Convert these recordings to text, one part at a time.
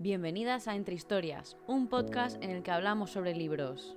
Bienvenidas a Entre Historias, un podcast en el que hablamos sobre libros.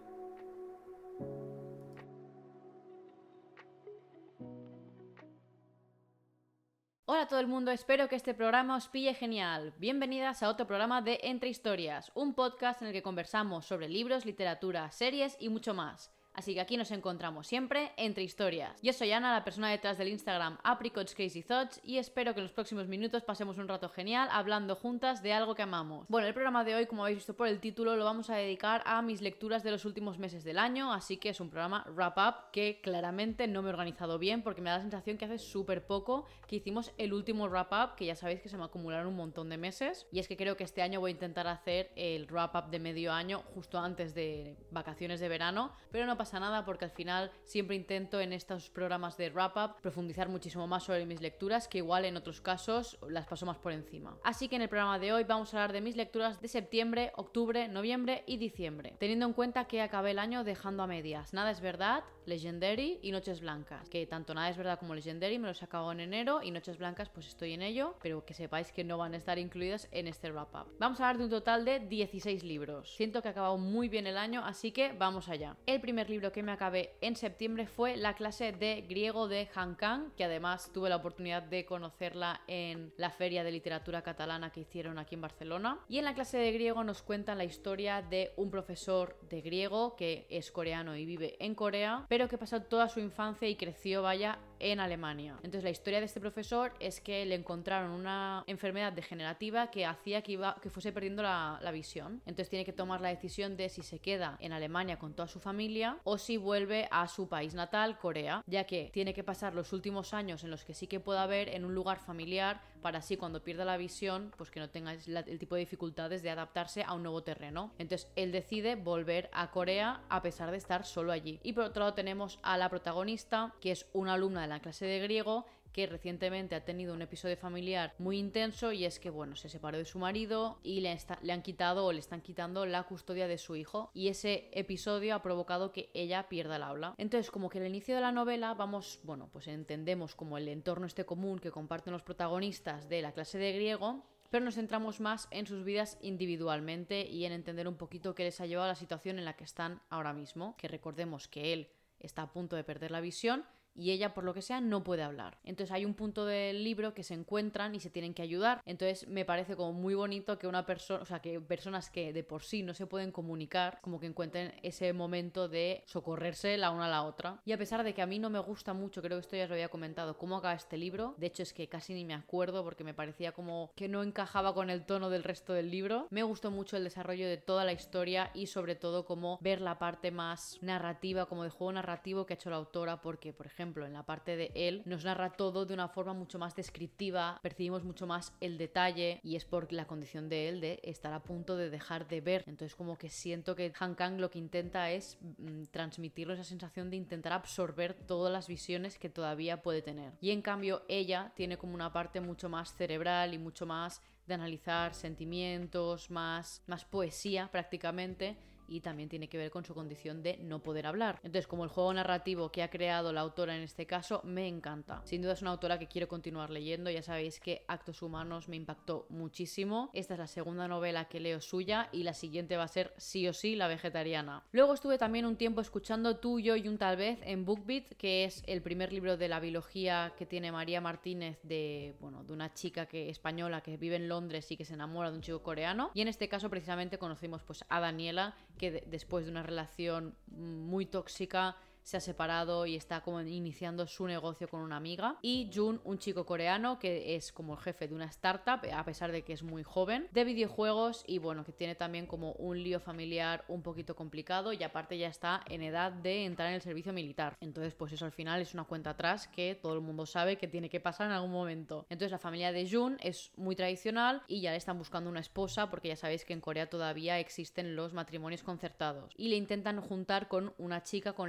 Hola a todo el mundo, espero que este programa os pille genial. Bienvenidas a otro programa de Entre Historias, un podcast en el que conversamos sobre libros, literatura, series y mucho más. Así que aquí nos encontramos siempre entre historias. Yo soy Ana, la persona detrás del Instagram Apricots Crazy Thoughts, y espero que en los próximos minutos pasemos un rato genial hablando juntas de algo que amamos. Bueno, el programa de hoy, como habéis visto por el título, lo vamos a dedicar a mis lecturas de los últimos meses del año, así que es un programa wrap-up que claramente no me he organizado bien porque me da la sensación que hace súper poco que hicimos el último wrap-up, que ya sabéis que se me acumularon un montón de meses, y es que creo que este año voy a intentar hacer el wrap-up de medio año justo antes de vacaciones de verano, pero no pasa nada porque al final siempre intento en estos programas de wrap-up profundizar muchísimo más sobre mis lecturas, que igual en otros casos las paso más por encima. Así que en el programa de hoy vamos a hablar de mis lecturas de septiembre, octubre, noviembre y diciembre, teniendo en cuenta que acabé el año dejando a medias Nada es verdad, Legendary y Noches Blancas, que tanto Nada es verdad como Legendary me los he acabado en enero y Noches Blancas pues estoy en ello, pero que sepáis que no van a estar incluidas en este wrap-up. Vamos a hablar de un total de 16 libros. Siento que he acabado muy bien el año, así que vamos allá. El primer libro que me acabé en septiembre fue la clase de griego de Han Kang, que además tuve la oportunidad de conocerla en la feria de literatura catalana que hicieron aquí en Barcelona. Y en la clase de griego nos cuentan la historia de un profesor de griego que es coreano y vive en Corea, pero que pasó toda su infancia y creció, vaya, en Alemania. Entonces la historia de este profesor es que le encontraron una enfermedad degenerativa que hacía que fuese perdiendo la visión. Entonces tiene que tomar la decisión de si se queda en Alemania con toda su familia o si vuelve a su país natal, Corea, ya que tiene que pasar los últimos años en los que sí que pueda ver en un lugar familiar para así cuando pierda la visión pues que no tenga el tipo de dificultades de adaptarse a un nuevo terreno. Entonces él decide volver a Corea a pesar de estar solo allí. Y por otro lado tenemos a la protagonista, que es una alumna de la clase de griego que recientemente ha tenido un episodio familiar muy intenso, y es que bueno, se separó de su marido y le han quitado o le están quitando la custodia de su hijo, y ese episodio ha provocado que ella pierda el habla. Entonces como que al inicio de la novela vamos, bueno, pues entendemos como el entorno este común que comparten los protagonistas de la clase de griego, pero nos centramos más en sus vidas individualmente y en entender un poquito qué les ha llevado a la situación en la que están ahora mismo, que recordemos que él está a punto de perder la visión y ella, por lo que sea, no puede hablar. Entonces hay un punto del libro que se encuentran y se tienen que ayudar. Entonces me parece como muy bonito que una persona, o sea, que personas que de por sí no se pueden comunicar, como que encuentren ese momento de socorrerse la una a la otra. Y a pesar de que a mí no me gusta mucho, creo que esto ya os lo había comentado, cómo acaba este libro, de hecho es que casi ni me acuerdo porque me parecía como que no encajaba con el tono del resto del libro, me gustó mucho el desarrollo de toda la historia y sobre todo como ver la parte más narrativa, como de juego narrativo que ha hecho la autora, porque, por ejemplo, en la parte de él nos narra todo de una forma mucho más descriptiva, percibimos mucho más el detalle, y es por la condición de él de estar a punto de dejar de ver. Entonces como que siento que Han Kang lo que intenta es transmitirnos esa sensación de intentar absorber todas las visiones que todavía puede tener, y en cambio ella tiene como una parte mucho más cerebral y mucho más de analizar sentimientos, más poesía prácticamente, y también tiene que ver con su condición de no poder hablar. Entonces, como el juego narrativo que ha creado la autora en este caso me encanta. Sin duda es una autora que quiero continuar leyendo. Ya sabéis que Actos Humanos me impactó muchísimo. Esta es la segunda novela que leo suya y la siguiente va a ser sí o sí La Vegetariana. Luego estuve también un tiempo escuchando Tú, yo y un tal vez en BookBeat, que es el primer libro de la biología que tiene María Martínez de una chica española que vive en Londres y que se enamora de un chico coreano. Y en este caso precisamente conocimos pues a Daniela, que después de una relación muy tóxica se ha separado y está como iniciando su negocio con una amiga, y Jun, un chico coreano que es como el jefe de una startup a pesar de que es muy joven, de videojuegos, y bueno, que tiene también como un lío familiar un poquito complicado, y aparte ya está en edad de entrar en el servicio militar. Entonces pues eso al final es una cuenta atrás que todo el mundo sabe que tiene que pasar en algún momento. Entonces la familia de Jun es muy tradicional y ya le están buscando una esposa, porque ya sabéis que en Corea todavía existen los matrimonios concertados, y le intentan juntar con una chica con la que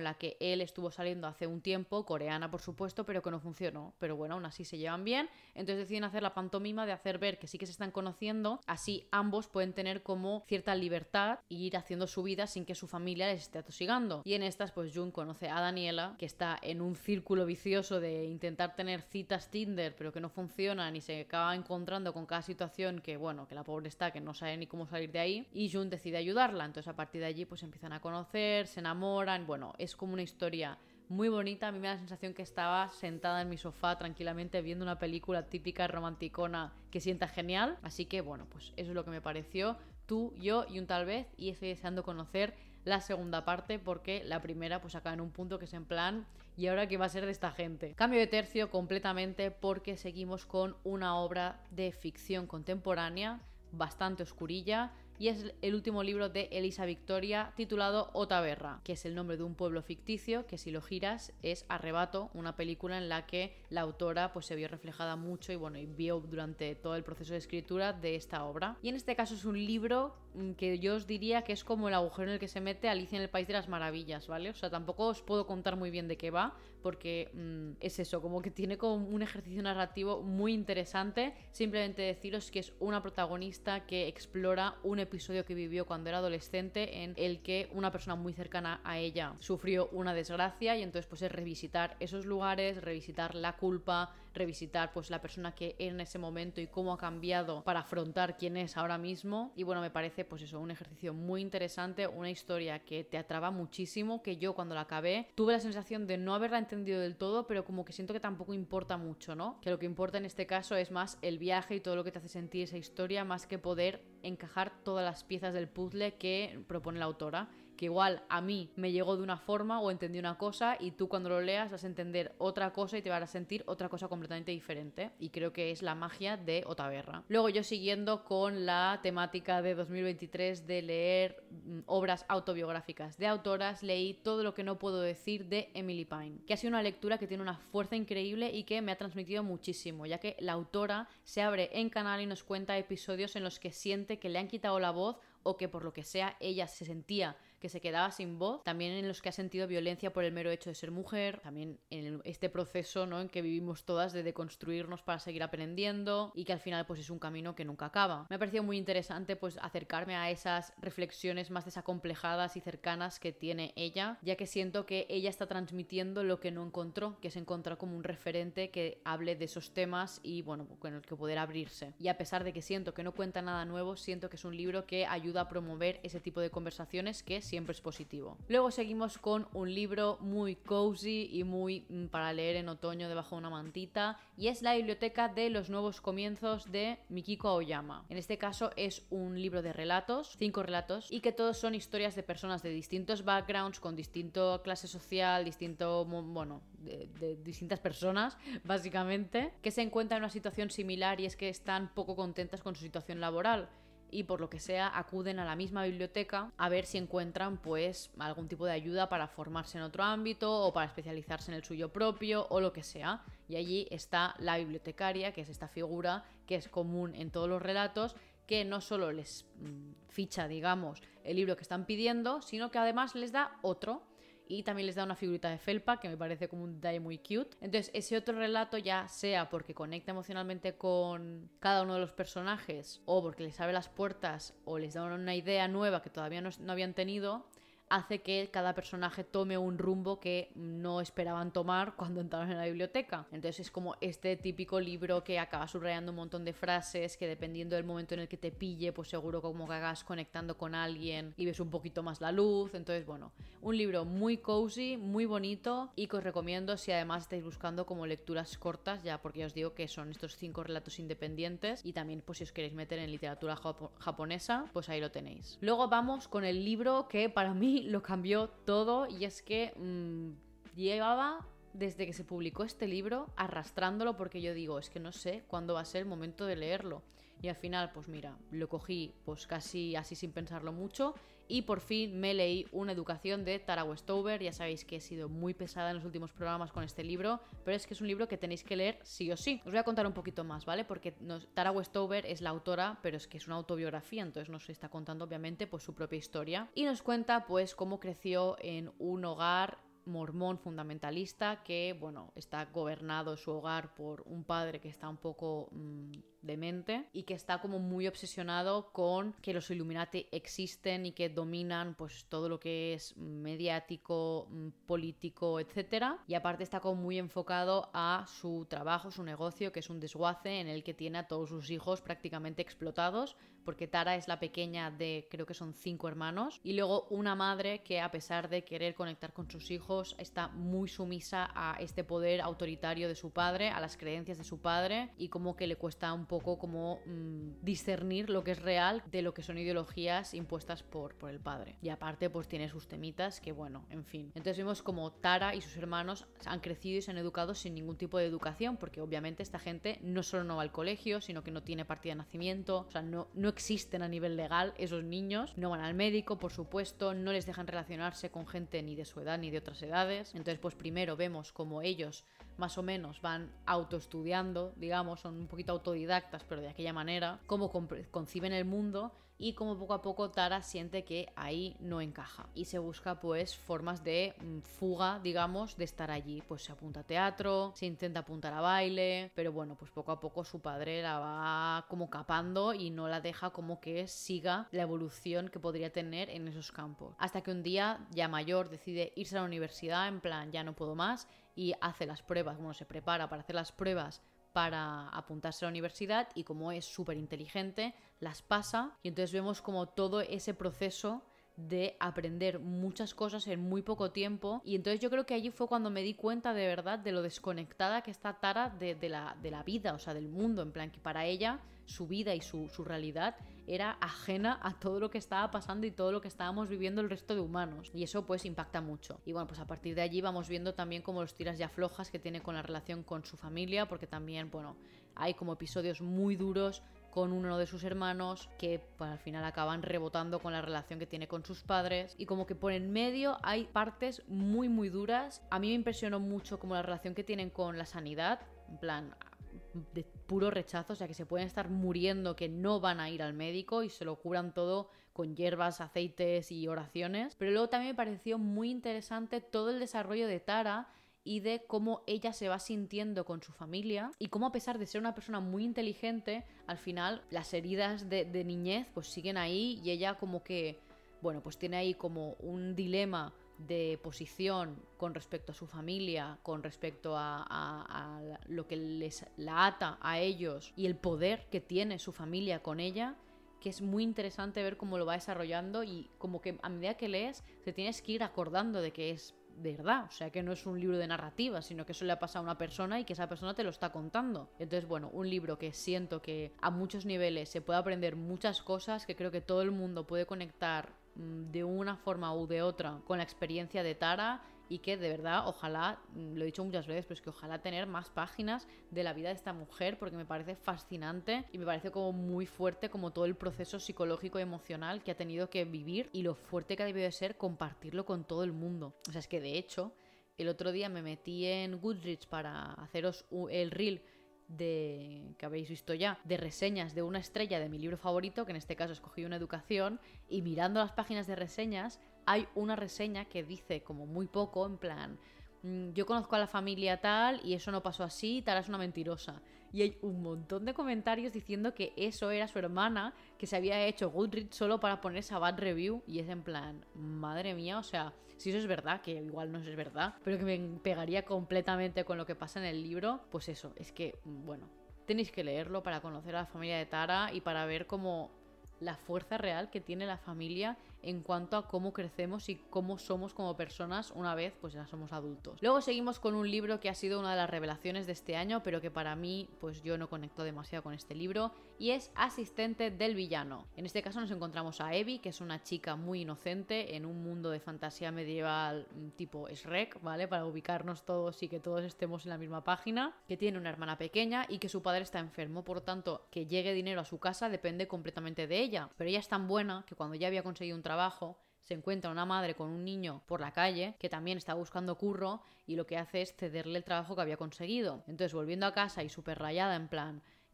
él estuvo saliendo hace un tiempo, coreana por supuesto, pero que no funcionó. Pero bueno, aún así se llevan bien, entonces deciden hacer la pantomima de hacer ver que sí que se están conociendo, así ambos pueden tener como cierta libertad e ir haciendo su vida sin que su familia les esté atosigando. Y en estas pues Jun conoce a Daniela, que está en un círculo vicioso de intentar tener citas Tinder pero que no funcionan y se acaba encontrando con cada situación que bueno, que la pobre está, que no sabe ni cómo salir de ahí, y Jun decide ayudarla. Entonces a partir de allí pues empiezan a conocer, se enamoran, bueno, es como una historia muy bonita. A mí me da la sensación que estaba sentada en mi sofá tranquilamente viendo una película típica romanticona que sienta genial. Así que bueno, pues eso es lo que me pareció. Tú, yo y un tal vez, y estoy deseando conocer la segunda parte porque la primera pues acaba en un punto que es en plan ¿y ahora qué va a ser de esta gente? Cambio de tercio completamente porque seguimos con una obra de ficción contemporánea bastante oscurilla, y es el último libro de Elisa Victoria titulado Otaverra, que es el nombre de un pueblo ficticio que si lo giras es Arrebato, una película en la que la autora pues se vio reflejada mucho y bueno, y vio durante todo el proceso de escritura de esta obra. Y en este caso es un libro que yo os diría que es como el agujero en el que se mete Alicia en el País de las Maravillas, ¿vale? O sea, tampoco os puedo contar muy bien de qué va porque es eso, como que tiene como un ejercicio narrativo muy interesante. Simplemente deciros que es una protagonista que explora un episodio que vivió cuando era adolescente en el que una persona muy cercana a ella sufrió una desgracia, y entonces pues es revisitar esos lugares, revisitar la culpa, revisitar pues la persona que era en ese momento y cómo ha cambiado para afrontar quién es ahora mismo. Y bueno, me parece pues eso, un ejercicio muy interesante, una historia que te atrapa muchísimo, que yo cuando la acabé tuve la sensación de no haberla entendido del todo, pero como que siento que tampoco importa mucho, ¿no? Que lo que importa en este caso es más el viaje y todo lo que te hace sentir esa historia, más que poder encajar todas las piezas del puzzle que propone la autora, que igual a mí me llegó de una forma o entendí una cosa y tú cuando lo leas vas a entender otra cosa y te vas a sentir otra cosa completamente diferente, y creo que es la magia de Otaverra. Luego yo siguiendo con la temática de 2023 de leer obras autobiográficas de autoras, leí Todo lo que no puedo decir de Emily Pine, que ha sido una lectura que tiene una fuerza increíble y que me ha transmitido muchísimo, ya que la autora se abre en canal y nos cuenta episodios en los que siente que le han quitado la voz o que por lo que sea ella se sentía que se quedaba sin voz, también en los que ha sentido violencia por el mero hecho de ser mujer, también en este proceso, ¿no?, en que vivimos todas de deconstruirnos para seguir aprendiendo y que al final pues es un camino que nunca acaba. Me ha parecido muy interesante pues acercarme a esas reflexiones más desacomplejadas y cercanas que tiene ella, ya que siento que ella está transmitiendo lo que no encontró, que es encontrar como un referente que hable de esos temas y bueno, con el que poder abrirse. Y a pesar de que siento que no cuenta nada nuevo, siento que es un libro que ayuda a promover ese tipo de conversaciones que siempre es positivo. Luego seguimos con un libro muy cozy y muy para leer en otoño debajo de una mantita, y es La biblioteca de los nuevos comienzos de Mikiko Aoyama. En este caso es un libro de relatos, 5 relatos, y que todos son historias de personas de distintos backgrounds, con distinta clase social, de distintas personas, básicamente, que se encuentran en una situación similar, y es que están poco contentas con su situación laboral y por lo que sea acuden a la misma biblioteca a ver si encuentran pues algún tipo de ayuda para formarse en otro ámbito o para especializarse en el suyo propio o lo que sea. Y allí está la bibliotecaria, que es esta figura que es común en todos los relatos, que no solo les ficha, digamos, el libro que están pidiendo, sino que además les da otro. Y también les da una figurita de felpa, que me parece como un detalle muy cute. Entonces ese otro relato, ya sea porque conecta emocionalmente con cada uno de los personajes, o porque les abre las puertas, o les da una idea nueva que todavía no habían tenido, hace que cada personaje tome un rumbo que no esperaban tomar cuando entraron en la biblioteca. Entonces es como este típico libro que acaba subrayando un montón de frases que dependiendo del momento en el que te pille, pues seguro como que hagas conectando con alguien y ves un poquito más la luz. Entonces bueno, un libro muy cozy, muy bonito, y que os recomiendo si además estáis buscando como lecturas cortas, ya porque ya os digo que son estos 5 relatos independientes, y también pues si os queréis meter en literatura japonesa, pues ahí lo tenéis. Luego vamos con el libro que para mí lo cambió todo, y es que llevaba desde que se publicó este libro arrastrándolo porque yo digo, es que no sé cuándo va a ser el momento de leerlo, y al final pues mira, lo cogí pues casi así sin pensarlo mucho, y por fin me leí Una educación de Tara Westover. Ya sabéis que he sido muy pesada en los últimos programas con este libro, pero es que es un libro que tenéis que leer sí o sí. Os voy a contar un poquito más, ¿vale? Porque Tara Westover es la autora, pero es que es una autobiografía, entonces nos está contando obviamente pues su propia historia, y nos cuenta pues cómo creció en un hogar mormón fundamentalista que, bueno, está gobernado su hogar por un padre que está un poco demente y que está como muy obsesionado con que los Illuminati existen y que dominan pues todo lo que es mediático, político, etcétera. Y aparte está como muy enfocado a su trabajo, su negocio, que es un desguace en el que tiene a todos sus hijos prácticamente explotados, porque Tara es la pequeña de, creo que son 5 hermanos, y luego una madre que, a pesar de querer conectar con sus hijos, está muy sumisa a este poder autoritario de su padre, a las creencias de su padre, y como que le cuesta un poco como discernir lo que es real de lo que son ideologías impuestas por el padre. Y aparte pues tiene sus temitas que, bueno, en fin. Entonces vemos como Tara y sus hermanos han crecido y se han educado sin ningún tipo de educación, porque obviamente esta gente no solo no va al colegio, sino que no tiene partida de nacimiento, o sea, no existen a nivel legal esos niños, no van al médico, por supuesto, no les dejan relacionarse con gente ni de su edad ni de otras edades. Entonces pues primero vemos como ellos más o menos van autoestudiando, digamos, son un poquito autodidactas, pero de aquella manera, cómo conciben el mundo, y como poco a poco Tara siente que ahí no encaja y se busca pues formas de fuga, digamos, de estar allí. Pues se apunta a teatro, se intenta apuntar a baile, pero bueno, pues poco a poco su padre la va como capando y no la deja como que siga la evolución que podría tener en esos campos. Hasta que un día, ya mayor, decide irse a la universidad, en plan, ya no puedo más, y hace las pruebas, bueno, se prepara para hacer las pruebas para apuntarse a la universidad, y como es súper inteligente, las pasa, y entonces vemos como todo ese proceso de aprender muchas cosas en muy poco tiempo. Y entonces yo creo que allí fue cuando me di cuenta de verdad de lo desconectada que está Tara de la vida, o sea, del mundo, en plan que para ella su vida y su realidad era ajena a todo lo que estaba pasando y todo lo que estábamos viviendo el resto de humanos, y eso pues impacta mucho. Y bueno, pues a partir de allí vamos viendo también como los tiras y aflojas que tiene con la relación con su familia, porque también, bueno, hay como episodios muy duros con uno de sus hermanos que pues, al final acaban rebotando con la relación que tiene con sus padres, y como que por en medio hay partes muy muy duras. A mí me impresionó mucho como la relación que tienen con la sanidad, en plan de puro rechazo, o sea que se pueden estar muriendo, que no van a ir al médico y se lo curan todo con hierbas, aceites y oraciones. Pero luego también me pareció muy interesante todo el desarrollo de Tara y de cómo ella se va sintiendo con su familia, y cómo, a pesar de ser una persona muy inteligente, al final las heridas de niñez pues siguen ahí, y ella como que, bueno, pues tiene ahí como un dilema de posición con respecto a su familia, con respecto a lo que la ata a ellos y el poder que tiene su familia con ella, que es muy interesante ver cómo lo va desarrollando, y como que a medida que lees te tienes que ir acordando de que es de verdad, o sea que no es un libro de narrativa, sino que eso le ha pasado a una persona y que esa persona te lo está contando. Entonces, bueno, un libro que siento que a muchos niveles se puede aprender muchas cosas, que creo que todo el mundo puede conectar de una forma u de otra con la experiencia de Tara, y que de verdad, ojalá, lo he dicho muchas veces, pero es que ojalá tener más páginas de la vida de esta mujer, porque me parece fascinante y me parece como muy fuerte como todo el proceso psicológico y emocional que ha tenido que vivir, y lo fuerte que ha debido de ser compartirlo con todo el mundo. O sea, es que de hecho el otro día me metí en Goodreads para haceros el reel que habéis visto ya, de reseñas de una estrella de mi libro favorito, que en este caso escogí Una educación, y mirando las páginas de reseñas hay una reseña que dice como muy poco, en plan, yo conozco a la familia tal y eso no pasó así, Tara es una mentirosa. Y hay un montón de comentarios diciendo que eso era su hermana, que se había hecho Goodreads solo para poner esa bad review, y es en plan, madre mía, o sea, si eso es verdad, que igual no es verdad, pero que me pegaría completamente con lo que pasa en el libro, pues eso, es que, bueno, tenéis que leerlo para conocer a la familia de Tara y para ver cómo la fuerza real que tiene la familia en cuanto a cómo crecemos y cómo somos como personas una vez pues ya somos adultos. Luego seguimos con un libro que ha sido una de las revelaciones de este año, pero que para mí pues yo no conecto demasiado con este libro, y es Asistente del villano. En este caso nos encontramos a Evie, que es una chica muy inocente en un mundo de fantasía medieval tipo Shrek, ¿vale? Para ubicarnos todos y que todos estemos en la misma página, que tiene una hermana pequeña y que su padre está enfermo, por lo tanto que llegue dinero a su casa depende completamente de ella, pero ella es tan buena que cuando ya había conseguido un trabajo se encuentra una madre con un niño por la calle que también está buscando curro, y lo que hace es cederle el trabajo que había conseguido. Entonces, volviendo a casa y súper rayada, en plan,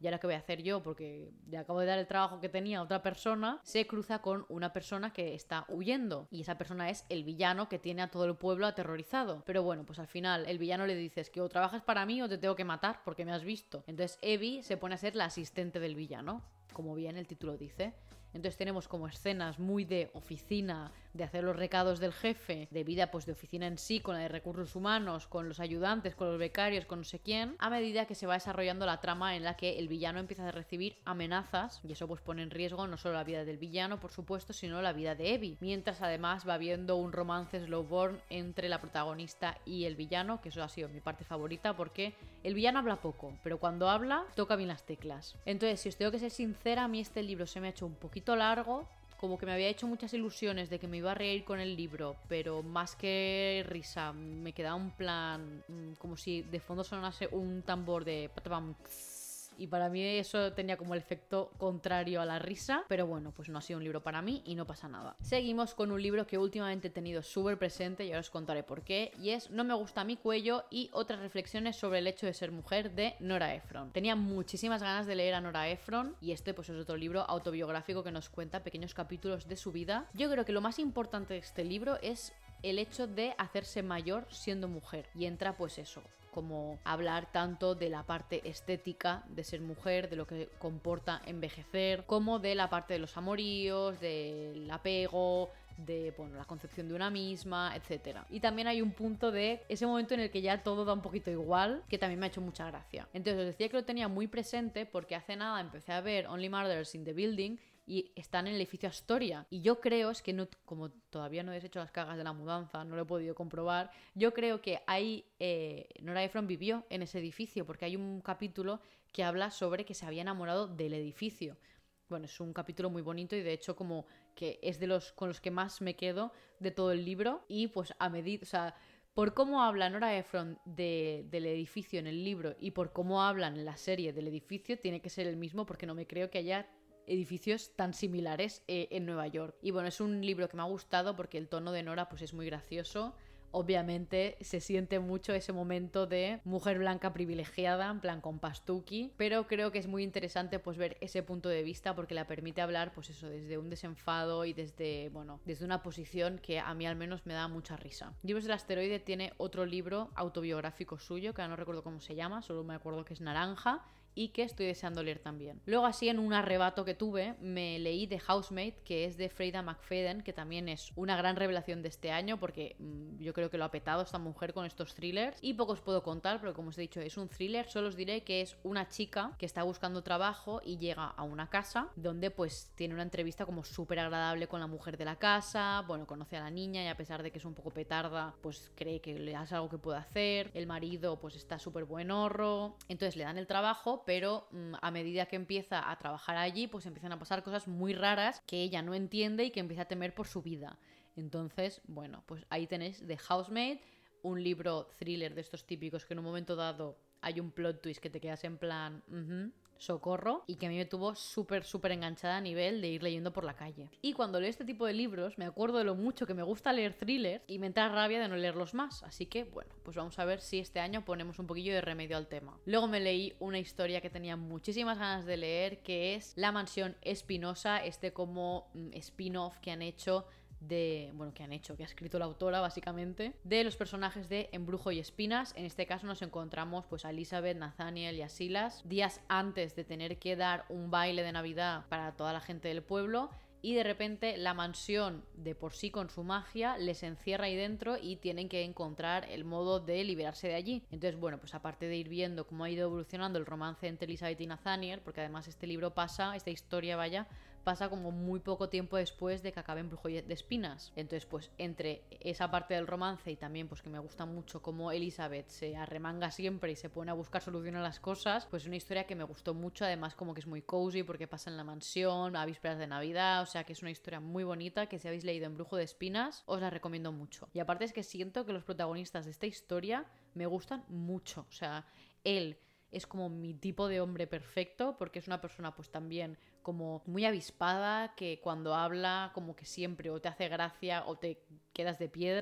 ¿y ahora qué voy a hacer yo? Porque le acabo de dar el trabajo que tenía a otra persona. Se cruza con una persona que está huyendo y esa persona es el villano que tiene a todo el pueblo aterrorizado. Pero bueno, pues al final el villano le dice que o trabajas para mí o te tengo que matar porque me has visto. Entonces Abby se pone a ser la asistente del villano, como bien el título dice. Entonces tenemos como escenas muy de oficina, de hacer los recados del jefe, de vida pues de oficina en sí, con la de recursos humanos, con los ayudantes, con los becarios, con no sé quién, a medida que se va desarrollando la trama en la que el villano empieza a recibir amenazas y eso pues pone en riesgo no solo la vida del villano, por supuesto, sino la vida de Abby. Mientras además va habiendo un romance slow burn entre la protagonista y el villano, que eso ha sido mi parte favorita porque el villano habla poco, pero cuando habla toca bien las teclas. Entonces, si os tengo que ser sincera, a mí este libro se me ha hecho un poquito largo, como que me había hecho muchas ilusiones de que me iba a reír con el libro, pero más que risa, me quedaba un plan como si de fondo sonase un tambor de patapam, y para mí eso tenía como el efecto contrario a la risa, pero bueno, pues no ha sido un libro para mí y no pasa nada. Seguimos con un libro que últimamente he tenido súper presente y ahora os contaré por qué, y es No me gusta mi cuello y otras reflexiones sobre el hecho de ser mujer, de Nora Ephron. Tenía muchísimas ganas de leer a Nora Ephron y este pues es otro libro autobiográfico que nos cuenta pequeños capítulos de su vida. Yo creo que lo más importante de este libro es el hecho de hacerse mayor siendo mujer, y entra pues eso, como hablar tanto de la parte estética de ser mujer, de lo que comporta envejecer, como de la parte de los amoríos, del apego, de bueno, la concepción de una misma, etc. Y también hay un punto de ese momento en el que ya todo da un poquito igual, que también me ha hecho mucha gracia. Entonces os decía que lo tenía muy presente porque hace nada empecé a ver Only Murders in the Building y están en el edificio Astoria. Y yo creo, es que no, como todavía no he deshecho las cagas de la mudanza, no lo he podido comprobar, yo creo que ahí Nora Ephron vivió en ese edificio, porque hay un capítulo que habla sobre que se había enamorado del edificio. Bueno, es un capítulo muy bonito y de hecho como que es de los con los que más me quedo de todo el libro. Y pues a medida, o sea, por cómo habla Nora Ephron del edificio en el libro y por cómo hablan en la serie del edificio, tiene que ser el mismo, porque no me creo que haya edificios tan similares en Nueva York. Y bueno, es un libro que me ha gustado porque el tono de Nora pues es muy gracioso. Obviamente se siente mucho ese momento de mujer blanca privilegiada, en plan con pastuqui, pero creo que es muy interesante pues ver ese punto de vista porque la permite hablar pues eso, desde un desenfado y desde, bueno, desde una posición que a mí al menos me da mucha risa. Libros del Asteroide tiene otro libro autobiográfico suyo, que ahora no recuerdo cómo se llama, solo me acuerdo que es naranja, y que estoy deseando leer también. Luego así en un arrebato que tuve me leí The Housemaid, que es de Freida McFadden, que también es una gran revelación de este año porque yo creo que lo ha petado esta mujer con estos thrillers y poco os puedo contar, pero como os he dicho es un thriller. Solo os diré que es una chica que está buscando trabajo y llega a una casa donde pues tiene una entrevista como súper agradable con la mujer de la casa, bueno, conoce a la niña y a pesar de que es un poco petarda pues cree que le hace algo que puede hacer, el marido pues está súper buenorro, entonces le dan el trabajo, pero a medida que empieza a trabajar allí pues empiezan a pasar cosas muy raras que ella no entiende y que empieza a temer por su vida. Entonces, bueno, pues ahí tenéis The Housemaid, un libro thriller de estos típicos que en un momento dado hay un plot twist que te quedas en plan socorro, y que a mí me tuvo súper enganchada a nivel de ir leyendo por la calle. Y cuando leo este tipo de libros me acuerdo de lo mucho que me gusta leer thrillers y me entra rabia de no leerlos más, así que bueno, pues vamos a ver si este año ponemos un poquillo de remedio al tema. Luego me leí una historia que tenía muchísimas ganas de leer, que es La Mansión Espinosa, este como spin-off que han hecho que ha escrito la autora básicamente, de los personajes de Embrujo y Espinas. En este caso nos encontramos pues a Elizabeth, Nathaniel y a Silas días antes de tener que dar un baile de Navidad para toda la gente del pueblo, y de repente la mansión de por sí con su magia les encierra ahí dentro y tienen que encontrar el modo de liberarse de allí. Entonces bueno, pues aparte de ir viendo cómo ha ido evolucionando el romance entre Elizabeth y Nathaniel, porque además esta historia pasa como muy poco tiempo después de que acabe Embrujo de Espinas. Entonces pues entre esa parte del romance y también pues que me gusta mucho cómo Elizabeth se arremanga siempre y se pone a buscar solución a las cosas, pues es una historia que me gustó mucho, además como que es muy cozy porque pasa en la mansión a vísperas de Navidad, o sea que es una historia muy bonita que si habéis leído Embrujo de Espinas os la recomiendo mucho. Y aparte es que siento que los protagonistas de esta historia me gustan mucho, o sea, él es como mi tipo de hombre perfecto porque es una persona pues también como muy avispada, que cuando habla como que siempre o te hace gracia o te quedas de piedra,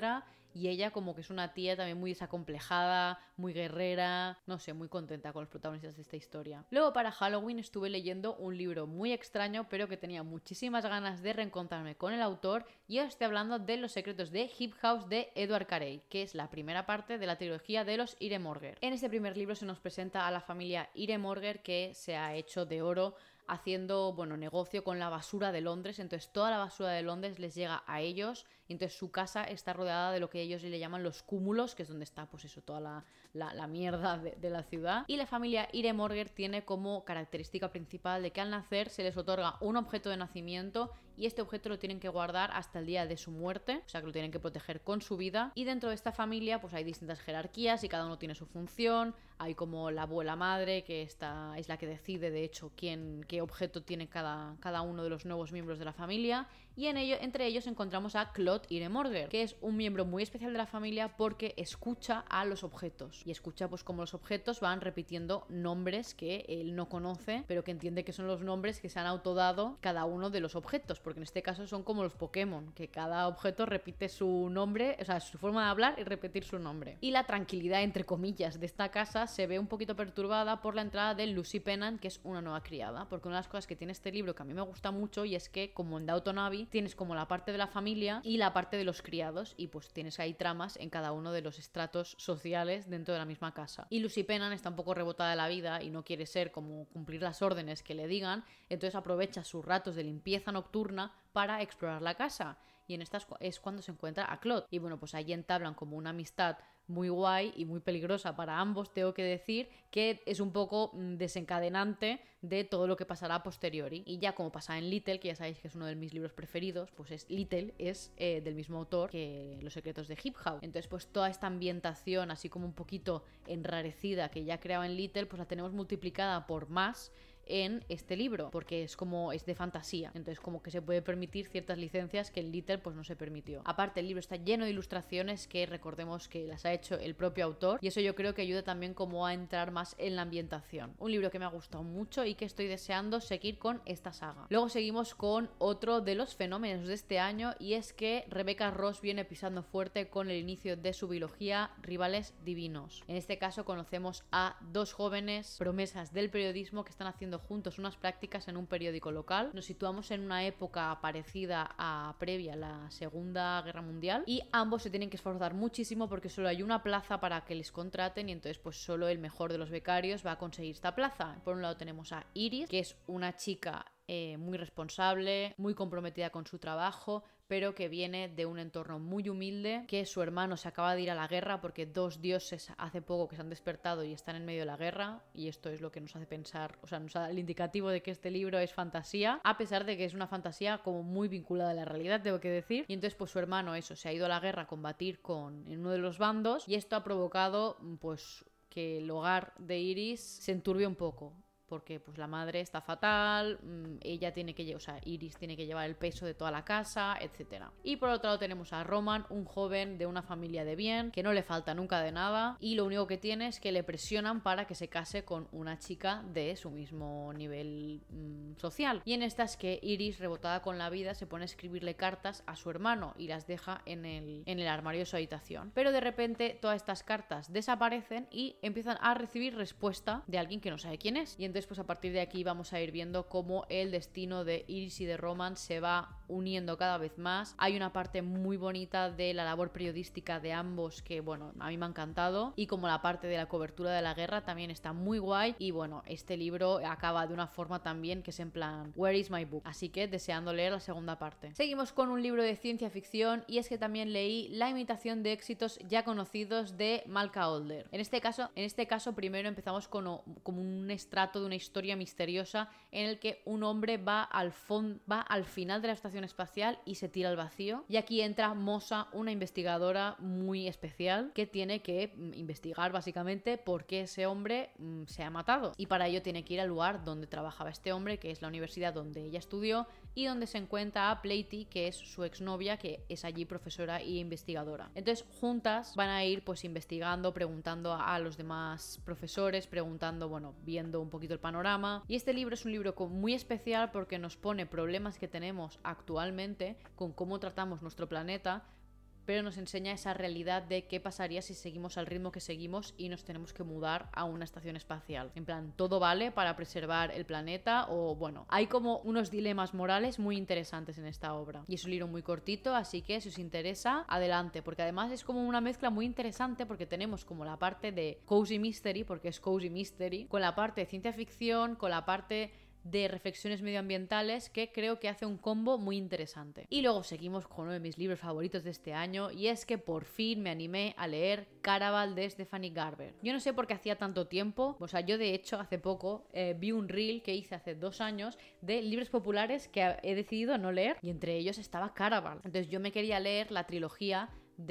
y ella como que es una tía también muy desacomplejada, muy guerrera, no sé, muy contenta con los protagonistas de esta historia. Luego para Halloween estuve leyendo un libro muy extraño, pero que tenía muchísimas ganas de reencontrarme con el autor, y os estoy hablando de Los secretos de Hip House de Edward Carey, que es la primera parte de la trilogía de los Iremorger. En este primer libro se nos presenta a la familia Iremorger, que se ha hecho de oro haciendo, bueno, negocio con la basura de Londres. Entonces toda la basura de Londres les llega a ellos, y entonces su casa está rodeada de lo que ellos le llaman los cúmulos, que es donde está pues eso, toda la mierda de la ciudad. Y la familia Iremorger tiene como característica principal de que al nacer se les otorga un objeto de nacimiento, y este objeto lo tienen que guardar hasta el día de su muerte, o sea que lo tienen que proteger con su vida. Y dentro de esta familia pues hay distintas jerarquías y cada uno tiene su función. Hay como la abuela madre, que es la que decide de hecho qué objeto tiene cada uno de los nuevos miembros de la familia. Y entre ellos encontramos a Claude Iremorger, que es un miembro muy especial de la familia porque escucha a los objetos. Y escucha pues como los objetos van repitiendo nombres que él no conoce, pero que entiende que son los nombres que se han autodado cada uno de los objetos, porque en este caso son como los Pokémon, que cada objeto repite su nombre, o sea, su forma de hablar y repetir su nombre. Y la tranquilidad, entre comillas, de esta casa se ve un poquito perturbada por la entrada de Lucy Pennant, que es una nueva criada, porque una de las cosas que tiene este libro que a mí me gusta mucho, y es que como en Downton Abbey tienes como la parte de la familia y la parte de los criados, y pues tienes ahí tramas en cada uno de los estratos sociales dentro de la misma casa. Y Lucy Pennant está un poco rebotada de la vida y no quiere ser como cumplir las órdenes que le digan, entonces aprovecha sus ratos de limpieza nocturna para explorar la casa. Y en estas es cuando se encuentra a Claude. Y bueno, pues allí entablan como una amistad muy guay y muy peligrosa para ambos, tengo que decir, que es un poco desencadenante de todo lo que pasará a posteriori. Y ya como pasa en Little, que ya sabéis que es uno de mis libros preferidos, pues Little es del mismo autor que Los secretos de Hip House. Entonces pues toda esta ambientación así como un poquito enrarecida que ya creaba en Little, pues la tenemos multiplicada por más en este libro, porque es de fantasía, entonces como que se puede permitir ciertas licencias que en Little pues no se permitió. Aparte el libro está lleno de ilustraciones que recordemos que las ha hecho el propio autor, y eso yo creo que ayuda también como a entrar más en la ambientación. Un libro que me ha gustado mucho y que estoy deseando seguir con esta saga. Luego seguimos con otro de los fenómenos de este año, y es que Rebecca Ross viene pisando fuerte con el inicio de su biología Rivales Divinos. En este caso conocemos a dos jóvenes promesas del periodismo que están haciendo juntos unas prácticas en un periódico local. Nos situamos en una época parecida a previa a la Segunda Guerra Mundial, y ambos se tienen que esforzar muchísimo porque solo hay una plaza para que les contraten, y entonces pues solo el mejor de los becarios va a conseguir esta plaza. Por un lado tenemos a Iris, que es una chica muy responsable, muy comprometida con su trabajo, pero que viene de un entorno muy humilde, que su hermano se acaba de ir a la guerra porque dos dioses hace poco que se han despertado y están en medio de la guerra, y esto es lo que nos hace pensar, o sea, nos da el indicativo de que este libro es fantasía, a pesar de que es una fantasía como muy vinculada a la realidad, tengo que decir. Y entonces pues su hermano se ha ido a la guerra a combatir en uno de los bandos, y esto ha provocado pues que el hogar de Iris se enturbie un poco, porque pues la madre está fatal, ella tiene que, o sea, Iris tiene que llevar el peso de toda la casa, etc. Y por otro lado tenemos a Roman, un joven de una familia de bien, que no le falta nunca de nada, y lo único que tiene es que le presionan para que se case con una chica de su mismo nivel social. Y en esta es que Iris, rebotada con la vida, se pone a escribirle cartas a su hermano y las deja en el armario de su habitación. Pero de repente todas estas cartas desaparecen y empiezan a recibir respuesta de alguien que no sabe quién es. Y entonces pues a partir de aquí vamos a ir viendo cómo el destino de Iris y de Roman se va uniendo cada vez más. Hay una parte muy bonita de la labor periodística de ambos que, bueno, a mí me ha encantado, y como la parte de la cobertura de la guerra también está muy guay. Y bueno, este libro acaba de una forma también que es en plan Where is my book, así que deseando leer la segunda parte. Seguimos con un libro de ciencia ficción, y es que también leí La imitación de éxitos ya conocidos de Malka Older. En este caso primero empezamos como un estrato de una historia misteriosa en el que un hombre va al final de la estación espacial y se tira al vacío, y aquí entra Mosa, una investigadora muy especial que tiene que investigar básicamente por qué ese hombre se ha matado, y para ello tiene que ir al lugar donde trabajaba este hombre, que es la universidad donde ella estudió y donde se encuentra a Platy, que es su exnovia, que es allí profesora e investigadora. Entonces juntas van a ir pues investigando, preguntando a los demás profesores, preguntando, bueno, viendo un poquito el panorama. Y este libro es un libro muy especial porque nos pone problemas que tenemos actualmente con cómo tratamos nuestro planeta, pero nos enseña esa realidad de qué pasaría si seguimos al ritmo que seguimos y nos tenemos que mudar a una estación espacial. En plan, todo vale para preservar el planeta o bueno, hay como unos dilemas morales muy interesantes en esta obra. Y es un libro muy cortito, así que si os interesa, adelante, porque además es como una mezcla muy interesante porque tenemos como la parte de cozy mystery, porque es cozy mystery, con la parte de ciencia ficción, con la parte de reflexiones medioambientales, que creo que hace un combo muy interesante. Y luego seguimos con uno de mis libros favoritos de este año, y es que por fin me animé a leer Caraval de Stephanie Garber. Yo no sé por qué hacía tanto tiempo, o sea, yo de hecho hace poco vi un reel que hice hace 2 años de libros populares que he decidido no leer, y entre ellos estaba Caraval. Entonces yo me quería leer la trilogía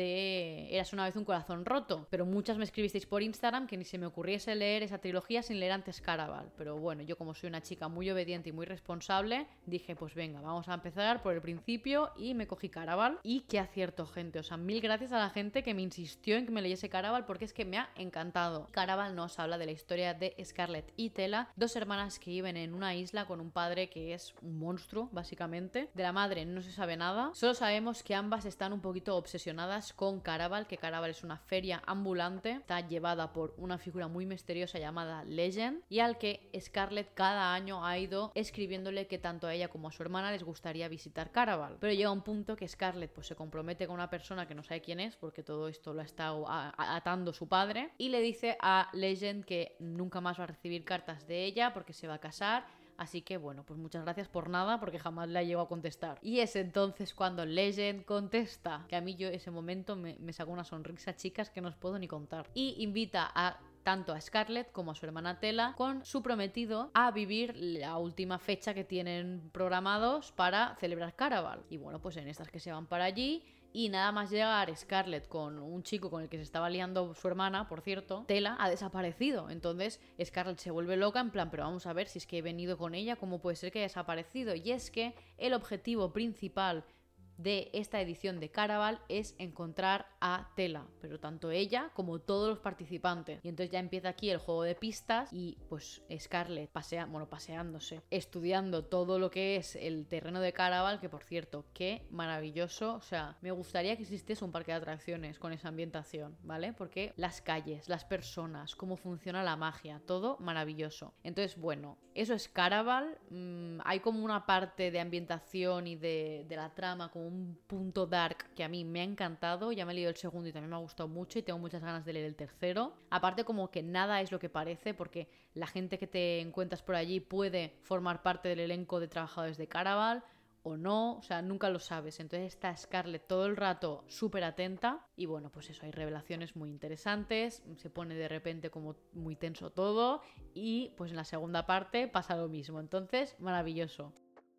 de Eras una vez un corazón roto, pero muchas me escribisteis por Instagram que ni se me ocurriese leer esa trilogía sin leer antes Caraval. Pero bueno, yo como soy una chica muy obediente y muy responsable, dije pues venga, vamos a empezar por el principio, y me cogí Caraval. Y qué acierto, gente, o sea, mil gracias a la gente que me insistió en que me leyese Caraval, porque es que me ha encantado. Caraval nos habla de la historia de Scarlett y Tela, 2 hermanas que viven en una isla con un padre que es un monstruo, básicamente. De la madre no se sabe nada, solo sabemos que ambas están un poquito obsesionadas con Caraval, que Caraval es una feria ambulante, está llevada por una figura muy misteriosa llamada Legend, y al que Scarlett cada año ha ido escribiéndole que tanto a ella como a su hermana les gustaría visitar Caraval. Pero llega un punto que Scarlett pues se compromete con una persona que no sabe quién es, porque todo esto lo ha estado atando su padre, y le dice a Legend que nunca más va a recibir cartas de ella porque se va a casar. Así que bueno, pues muchas gracias por nada, porque jamás le llego a contestar. Y es entonces cuando Legend contesta, que a mí yo ese momento me sacó una sonrisa, chicas, que no os puedo ni contar. Y invita a tanto a Scarlett como a su hermana Tela con su prometido a vivir la última fecha que tienen programados para celebrar Caraval. Y bueno, pues en estas que se van para allí, y nada más llegar Scarlett con un chico con el que se estaba liando su hermana, por cierto, Tela ha desaparecido. Entonces Scarlett se vuelve loca, en plan, pero vamos a ver si es que he venido con ella, ¿cómo puede ser que haya desaparecido? Y es que el objetivo principal de esta edición de Caraval es encontrar a Tela, pero tanto ella como todos los participantes. Y entonces ya empieza aquí el juego de pistas, y pues Scarlett paseándose, estudiando todo lo que es el terreno de Caraval, que por cierto, qué maravilloso. O sea, me gustaría que existiese un parque de atracciones con esa ambientación, ¿vale? Porque las calles, las personas, cómo funciona la magia, todo maravilloso. Entonces, bueno, eso es Caraval. Hay como una parte de ambientación y de la trama, como un punto dark que a mí me ha encantado. Ya me he leído el segundo y también me ha gustado mucho, y tengo muchas ganas de leer el tercero. Aparte, como que nada es lo que parece, porque la gente que te encuentras por allí puede formar parte del elenco de trabajadores de Caraval o no, o sea, nunca lo sabes. Entonces está Scarlett todo el rato súper atenta, y bueno, pues eso, hay revelaciones muy interesantes, se pone de repente como muy tenso todo, y pues en la segunda parte pasa lo mismo. Entonces, maravilloso.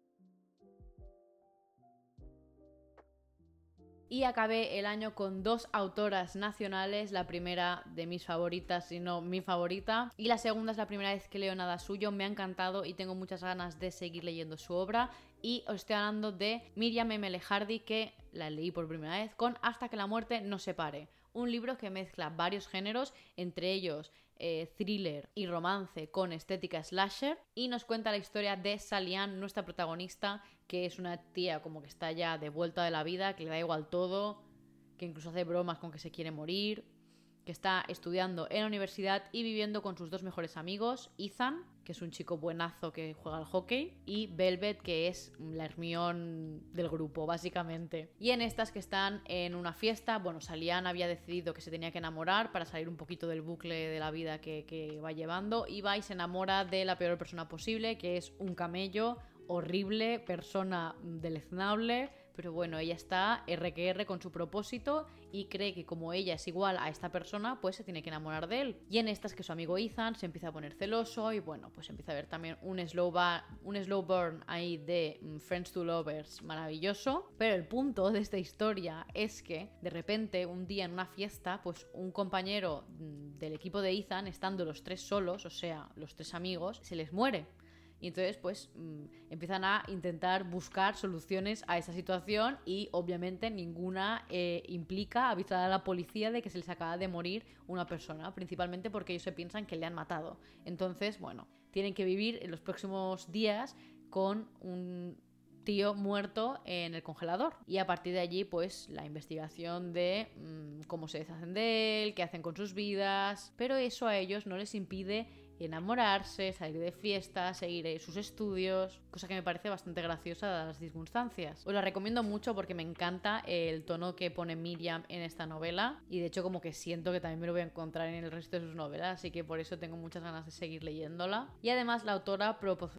Y acabé el año con 2 autoras nacionales, la primera de mis favoritas, si no mi favorita, y la segunda es la primera vez que leo nada suyo, me ha encantado y tengo muchas ganas de seguir leyendo su obra. Y os estoy hablando de Miriam M. Hardy, que la leí por primera vez con Hasta que la muerte nos separe, un libro que mezcla varios géneros, entre ellos thriller y romance con estética slasher, y nos cuenta la historia de Salian, nuestra protagonista, que es una tía como que está ya de vuelta de la vida, que le da igual todo, que incluso hace bromas con que se quiere morir, que está estudiando en la universidad y viviendo con sus 2 mejores amigos, Ethan, que es un chico buenazo que juega al hockey, y Velvet, que es la Hermione del grupo, básicamente. Y en estas que están en una fiesta, bueno, Salian había decidido que se tenía que enamorar para salir un poquito del bucle de la vida que va llevando, y va y se enamora de la peor persona posible, que es un camello, horrible, persona deleznable, pero bueno, ella está RQR con su propósito y cree que como ella es igual a esta persona, pues se tiene que enamorar de él. Y en estas que su amigo Ethan se empieza a poner celoso, y bueno, pues empieza a ver también un slow burn ahí de Friends to Lovers maravilloso. Pero el punto de esta historia es que de repente un día en una fiesta, pues un compañero del equipo de Ethan, estando los 3 solos, o sea, los 3 amigos, se les muere. Y entonces pues empiezan a intentar buscar soluciones a esa situación, y obviamente ninguna implica avisar a la policía de que se les acaba de morir una persona, principalmente porque ellos se piensan que le han matado. Entonces, bueno, tienen que vivir en los próximos días con tío muerto en el congelador. Y a partir de allí, pues la investigación de cómo se deshacen de él, qué hacen con sus vidas. Pero eso a ellos no les impide enamorarse, salir de fiesta, seguir sus estudios, cosa que me parece bastante graciosa dadas las circunstancias. Os la recomiendo mucho porque me encanta el tono que pone Miriam en esta novela y de hecho como que siento que también me lo voy a encontrar en el resto de sus novelas, así que por eso tengo muchas ganas de seguir leyéndola. Y además la autora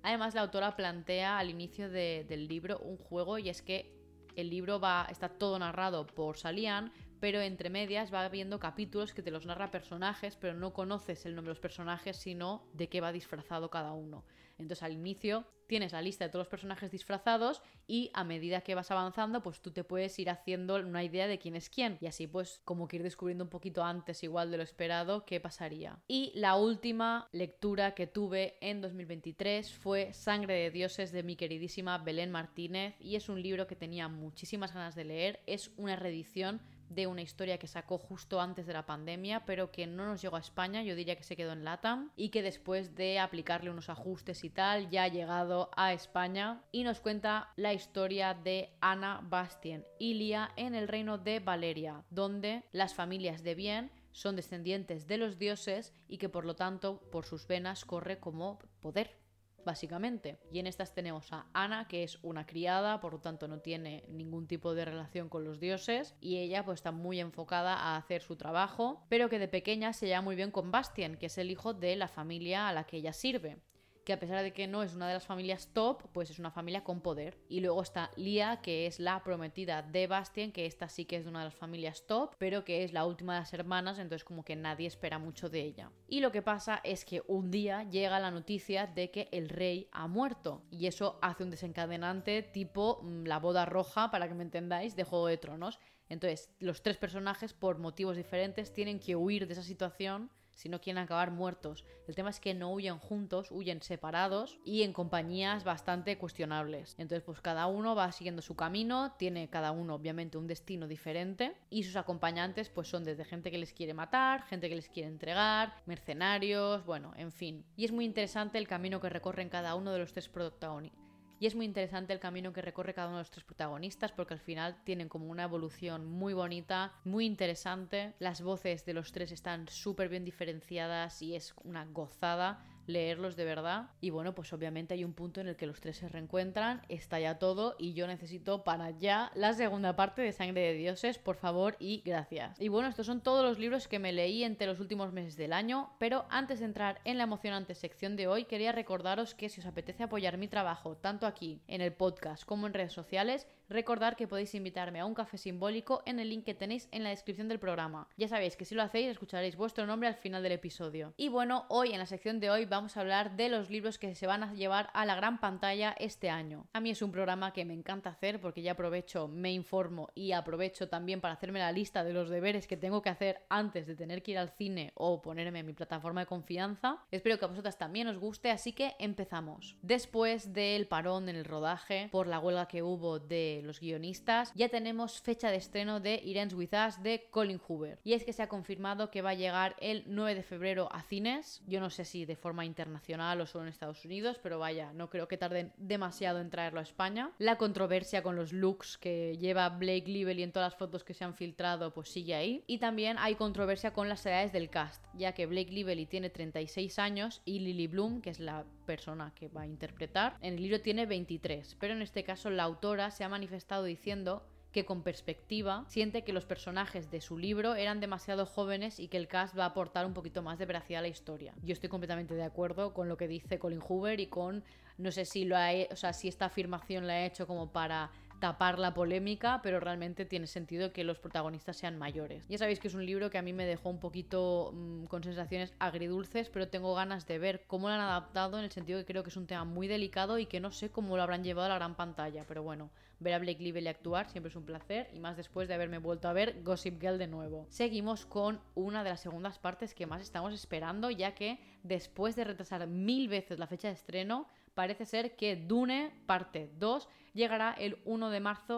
plantea al inicio del libro un juego, y es que el libro está todo narrado por Salian, pero entre medias va viendo capítulos que te los narra personajes, pero no conoces el nombre de los personajes, sino de qué va disfrazado cada uno. Entonces al inicio tienes la lista de todos los personajes disfrazados y a medida que vas avanzando, pues tú te puedes ir haciendo una idea de quién es quién. Y así pues como que ir descubriendo un poquito antes, igual de lo esperado, qué pasaría. Y la última lectura que tuve en 2023 fue Sangre de Dioses de mi queridísima Belén Martínez, y es un libro que tenía muchísimas ganas de leer. Es una reedición de una historia que sacó justo antes de la pandemia, pero que no nos llegó a España, yo diría que se quedó en LATAM, y que después de aplicarle unos ajustes y tal, ya ha llegado a España, y nos cuenta la historia de Ana Bastien Ilia en el reino de Valeria, donde las familias de bien son descendientes de los dioses y que por lo tanto por sus venas corre como poder, básicamente. Y en estas tenemos a Ana, que es una criada, por lo tanto no tiene ningún tipo de relación con los dioses, y ella pues está muy enfocada a hacer su trabajo, pero que de pequeña se lleva muy bien con Bastien, que es el hijo de la familia a la que ella sirve, que a pesar de que no es una de las familias top, pues es una familia con poder. Y luego está Lia, que es la prometida de Bastien, que esta sí que es de una de las familias top, pero que es la última de las hermanas, entonces como que nadie espera mucho de ella. Y lo que pasa es que un día llega la noticia de que el rey ha muerto, y eso hace un desencadenante tipo la boda roja, para que me entendáis, de Juego de Tronos. Entonces los tres personajes, por motivos diferentes, tienen que huir de esa situación si no quieren acabar muertos. El tema es que no huyen juntos, huyen separados y en compañías bastante cuestionables. Entonces pues cada uno va siguiendo su camino, tiene cada uno obviamente un destino diferente, y sus acompañantes pues son desde gente que les quiere matar, gente que les quiere entregar, mercenarios, bueno, en fin. Y es muy interesante el camino que recorren cada uno de los tres protagonistas. Y es muy interesante el camino que recorre cada uno de los tres protagonistas, porque al final tienen como una evolución muy bonita, muy interesante. Las voces de los tres están súper bien diferenciadas y es una gozada leerlos de verdad. Y bueno, pues obviamente hay un punto en el que los tres se reencuentran, está ya todo, y yo necesito para ya la segunda parte de Sangre de Dioses, por favor y gracias. Y bueno, estos son todos los libros que me leí entre los últimos meses del año, pero antes de entrar en la emocionante sección de hoy, quería recordaros que si os apetece apoyar mi trabajo, tanto aquí en el podcast como en redes sociales, recordad que podéis invitarme a un café simbólico en el link que tenéis en la descripción del programa. Ya sabéis que si lo hacéis escucharéis vuestro nombre al final del episodio. Y bueno, hoy en la sección de hoy vamos a hablar de los libros que se van a llevar a la gran pantalla este año. A mí es un programa que me encanta hacer porque ya aprovecho, me informo y aprovecho también para hacerme la lista de los deberes que tengo que hacer antes de tener que ir al cine o ponerme en mi plataforma de confianza. Espero que a vosotras también os guste, así que empezamos. Después del parón en el rodaje por la huelga que hubo de los guionistas, ya tenemos fecha de estreno de It Ends With Us de Colin Hoover. Y es que se ha confirmado que va a llegar el 9 de febrero a cines. Yo no sé si de forma internacional o solo en Estados Unidos, pero vaya, no creo que tarden demasiado en traerlo a España. La controversia con los looks que lleva Blake Lively en todas las fotos que se han filtrado pues sigue ahí. Y también hay controversia con las edades del cast, ya que Blake Lively tiene 36 años y Lily Bloom, que es la persona que va a interpretar, en el libro tiene 23, pero en este caso la autora se ha manifestado diciendo que con perspectiva siente que los personajes de su libro eran demasiado jóvenes y que el cast va a aportar un poquito más de veracidad a la historia. Yo estoy completamente de acuerdo con lo que dice Colin Hoover y con, no sé si si esta afirmación la ha hecho como para tapar la polémica, pero realmente tiene sentido que los protagonistas sean mayores. Ya sabéis que es un libro que a mí me dejó un poquito con sensaciones agridulces, pero tengo ganas de ver cómo lo han adaptado, en el sentido que creo que es un tema muy delicado y que no sé cómo lo habrán llevado a la gran pantalla, pero bueno, ver a Blake Lively actuar siempre es un placer, y más después de haberme vuelto a ver Gossip Girl de nuevo. Seguimos con una de las segundas partes que más estamos esperando, ya que después de retrasar 1000 veces la fecha de estreno, parece ser que Dune parte 2 llegará el 1 de marzo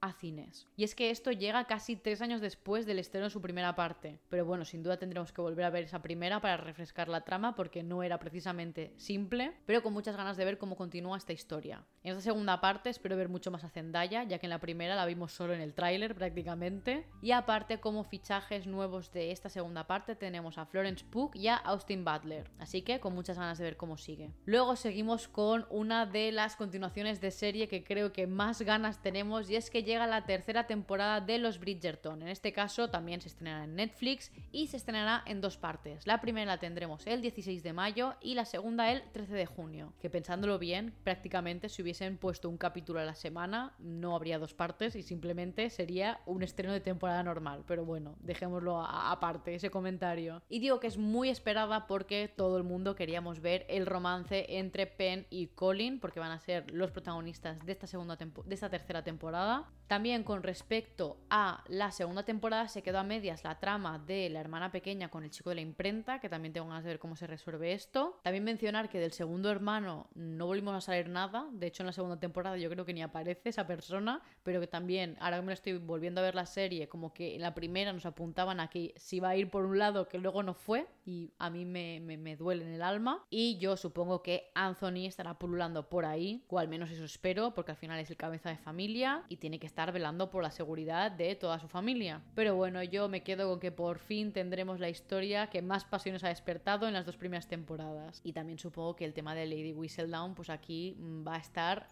a cines. Y es que esto llega casi 3 años después del estreno de su primera parte. Pero bueno, sin duda tendremos que volver a ver esa primera para refrescar la trama porque no era precisamente simple, pero con muchas ganas de ver cómo continúa esta historia. En esta segunda parte espero ver mucho más a Zendaya, ya que en la primera la vimos solo en el tráiler prácticamente. Y aparte, como fichajes nuevos de esta segunda parte tenemos a Florence Pugh y a Austin Butler. Así que con muchas ganas de ver cómo sigue. Luego seguimos con una de las continuaciones de serie que creo que más ganas tenemos, y es que llega la tercera temporada de Los Bridgerton. En este caso también se estrenará en Netflix y se estrenará en 2 partes. La primera la tendremos el 16 de mayo y la segunda el 13 de junio. Que pensándolo bien, prácticamente si hubiesen puesto un capítulo a la semana no habría 2 partes y simplemente sería un estreno de temporada normal. Pero bueno, dejémoslo aparte ese comentario. Y digo que es muy esperada porque todo el mundo queríamos ver el romance entre Penn y Colin, porque van a ser los protagonistas de esta tercera temporada. También con respecto a la segunda temporada se quedó a medias la trama de la hermana pequeña con el chico de la imprenta, que también tengo ganas de ver cómo se resuelve esto. También mencionar que del segundo hermano no volvimos a saber nada, de hecho en la segunda temporada yo creo que ni aparece esa persona, pero que también, ahora que me lo estoy volviendo a ver la serie, como que en la primera nos apuntaban a que se iba a ir por un lado que luego no fue, y a mí me duele en el alma. Y yo supongo que Anthony estará pululando por ahí, o al menos eso espero, porque al final es el cabeza de familia y tiene que estar velando por la seguridad de toda su familia. Pero bueno, yo me quedo con que por fin tendremos la historia que más pasiones ha despertado en las 2 primeras temporadas. Y también supongo que el tema de Lady Whistledown pues aquí va a estar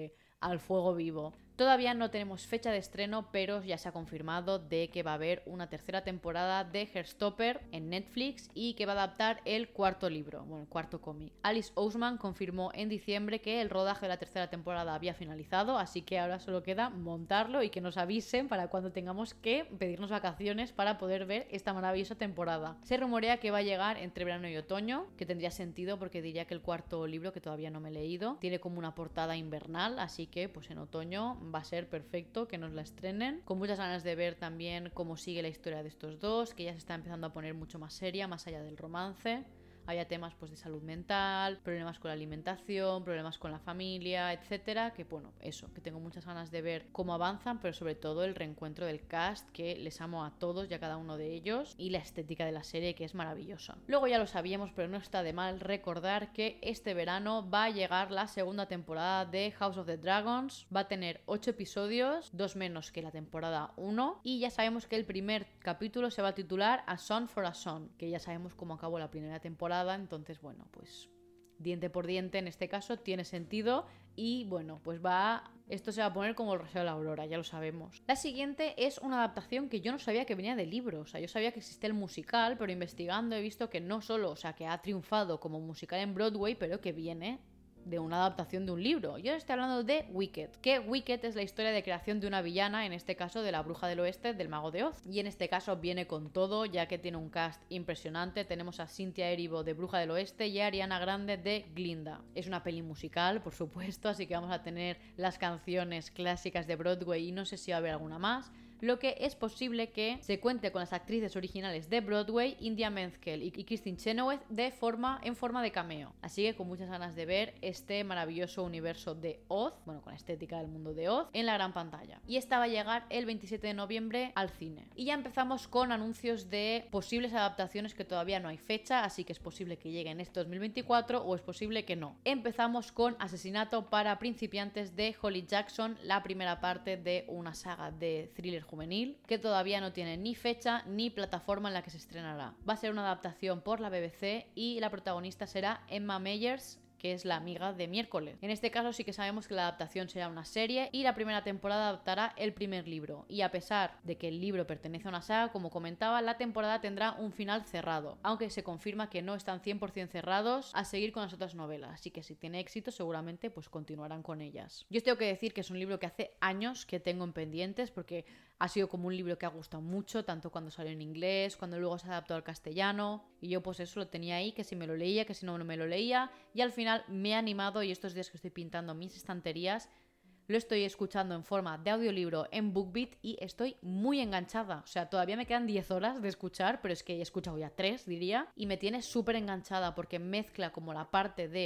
al fuego vivo. Todavía no tenemos fecha de estreno, pero ya se ha confirmado de que va a haber una tercera temporada de Heartstopper en Netflix y que va a adaptar el 4º libro, bueno, el 4º cómic. Alice Oseman confirmó en diciembre que el rodaje de la tercera temporada había finalizado, así que ahora solo queda montarlo y que nos avisen para cuando tengamos que pedirnos vacaciones para poder ver esta maravillosa temporada. Se rumorea que va a llegar entre verano y otoño, que tendría sentido porque diría que el 4º libro, que todavía no me he leído, tiene como una portada invernal, así que pues en otoño va a ser perfecto que nos la estrenen. Con muchas ganas de ver también cómo sigue la historia de estos dos, que ya se está empezando a poner mucho más seria, más allá del romance. Había temas pues de salud mental, problemas con la alimentación, problemas con la familia, etcétera, que bueno, eso, que tengo muchas ganas de ver cómo avanzan, pero sobre todo el reencuentro del cast, que les amo a todos y a cada uno de ellos, y la estética de la serie, que es maravillosa. Luego ya lo sabíamos, pero no está de mal recordar que este verano va a llegar la segunda temporada de House of the Dragons. Va a tener 8 episodios, 2 menos que la temporada 1, y ya sabemos que el primer capítulo se va a titular A Son for a Son, que ya sabemos cómo acabó la primera temporada. Entonces, bueno, pues diente por diente en este caso tiene sentido y bueno, pues esto se va a poner como el Rocío de la Aurora, ya lo sabemos. La siguiente es una adaptación que yo no sabía que venía de libros, o sea, yo sabía que existe el musical, pero investigando he visto que no solo, o sea, que ha triunfado como musical en Broadway, pero que viene de una adaptación de un libro. Yo estoy hablando de Wicked, que Wicked es la historia de creación de una villana, en este caso de la Bruja del Oeste, del Mago de Oz, y en este caso viene con todo, ya que tiene un cast impresionante. Tenemos a Cynthia Erivo de Bruja del Oeste y a Ariana Grande de Glinda. Es una peli musical, por supuesto, así que vamos a tener las canciones clásicas de Broadway y no sé si va a haber alguna más. Lo que es posible que se cuente con las actrices originales de Broadway, India Menzel y Kristin Chenoweth, en forma de cameo. Así que con muchas ganas de ver este maravilloso universo de Oz, bueno, con la estética del mundo de Oz, en la gran pantalla. Y esta va a llegar el 27 de noviembre al cine. Y ya empezamos con anuncios de posibles adaptaciones que todavía no hay fecha, así que es posible que lleguen este 2024 o es posible que no. Empezamos con Asesinato para principiantes de Holly Jackson, la primera parte de una saga de thriller juvenil que todavía no tiene ni fecha ni plataforma en la que se estrenará. Va a ser una adaptación por la BBC y la protagonista será Emma Meyers, que es la amiga de Miércoles. En este caso sí que sabemos que la adaptación será una serie y la primera temporada adaptará el primer libro. Y a pesar de que el libro pertenece a una saga, como comentaba, la temporada tendrá un final cerrado, aunque se confirma que no están 100% cerrados a seguir con las otras novelas, así que si tiene éxito seguramente pues continuarán con ellas. Yo os tengo que decir que es un libro que hace años que tengo en pendientes, porque ha sido como un libro que ha gustado mucho, tanto cuando salió en inglés, cuando luego se adaptó al castellano, y yo pues eso lo tenía ahí, que si me lo leía, que si no me lo leía, y al final me he animado, y estos días que estoy pintando mis estanterías, lo estoy escuchando en forma de audiolibro en BookBeat y estoy muy enganchada. O sea, todavía me quedan 10 horas de escuchar, pero es que he escuchado ya 3, diría, y me tiene súper enganchada porque mezcla como la parte de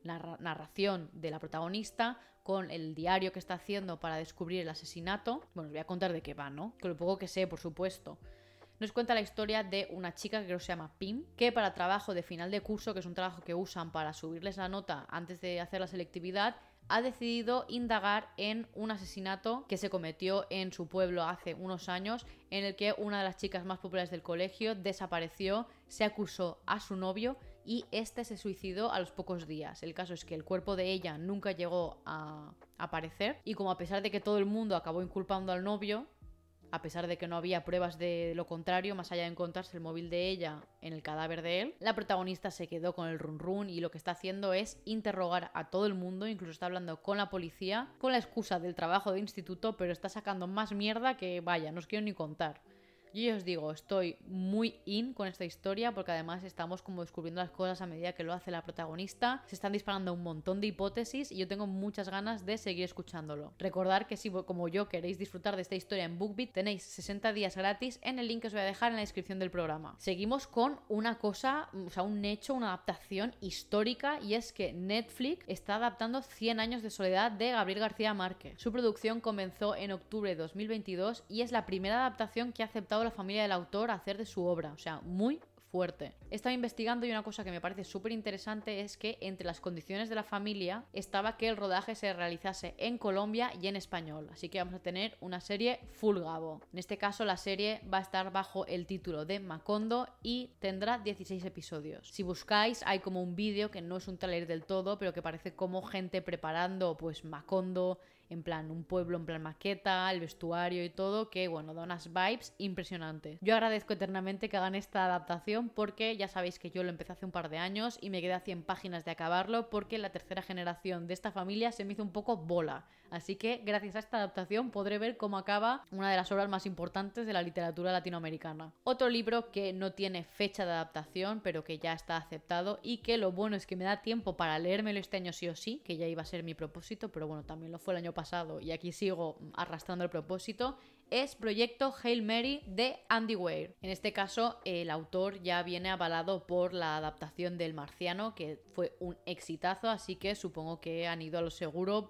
la narración de la protagonista con el diario que está haciendo para descubrir el asesinato. Bueno, os voy a contar de qué va, ¿no? Con lo poco que sé, por supuesto. Nos cuenta la historia de una chica que creo que se llama Pim, que para trabajo de final de curso, que es un trabajo que usan para subirles la nota antes de hacer la selectividad, ha decidido indagar en un asesinato que se cometió en su pueblo hace unos años, en el que una de las chicas más populares del colegio desapareció, se acusó a su novio y este se suicidó a los pocos días. El caso es que el cuerpo de ella nunca llegó a aparecer y como a pesar de que todo el mundo acabó inculpando al novio, a pesar de que no había pruebas de lo contrario, más allá de encontrarse el móvil de ella en el cadáver de él, la protagonista se quedó con el run run y lo que está haciendo es interrogar a todo el mundo, incluso está hablando con la policía, con la excusa del trabajo de instituto, pero está sacando más mierda que, vaya, no os quiero ni contar. Yo ya os digo, estoy muy in con esta historia porque además estamos como descubriendo las cosas a medida que lo hace la protagonista. Se están disparando un montón de hipótesis y yo tengo muchas ganas de seguir escuchándolo. Recordad que si como yo queréis disfrutar de esta historia en BookBeat, tenéis 60 días gratis en el link que os voy a dejar en la descripción del programa. Seguimos con una cosa, o sea, un hecho, una adaptación histórica, y es que Netflix está adaptando 100 años de soledad de Gabriel García Márquez. Su producción comenzó en octubre de 2022 y es la primera adaptación que ha aceptado la familia del autor a hacer de su obra, o sea, muy fuerte. He estado investigando y una cosa que me parece súper interesante es que entre las condiciones de la familia estaba que el rodaje se realizase en Colombia y en español, así que vamos a tener una serie full Gabo. En este caso la serie va a estar bajo el título de Macondo y tendrá 16 episodios. Si buscáis hay como un vídeo que no es un tráiler del todo, pero que parece como gente preparando pues Macondo, en plan un pueblo en plan maqueta, el vestuario y todo, que bueno, da unas vibes impresionantes. Yo agradezco eternamente que hagan esta adaptación porque ya sabéis que yo lo empecé hace un par de años y me quedé a 100 páginas de acabarlo porque la tercera generación de esta familia se me hizo un poco bola. Así que gracias a esta adaptación podré ver cómo acaba una de las obras más importantes de la literatura latinoamericana. Otro libro que no tiene fecha de adaptación pero que ya está aceptado y que lo bueno es que me da tiempo para leérmelo este año sí o sí, que ya iba a ser mi propósito, pero bueno, también lo fue el año pasado y aquí sigo arrastrando el propósito, es Proyecto Hail Mary de Andy Weir. En este caso, el autor ya viene avalado por la adaptación del Marciano, que fue un exitazo, así que supongo que han ido a lo seguro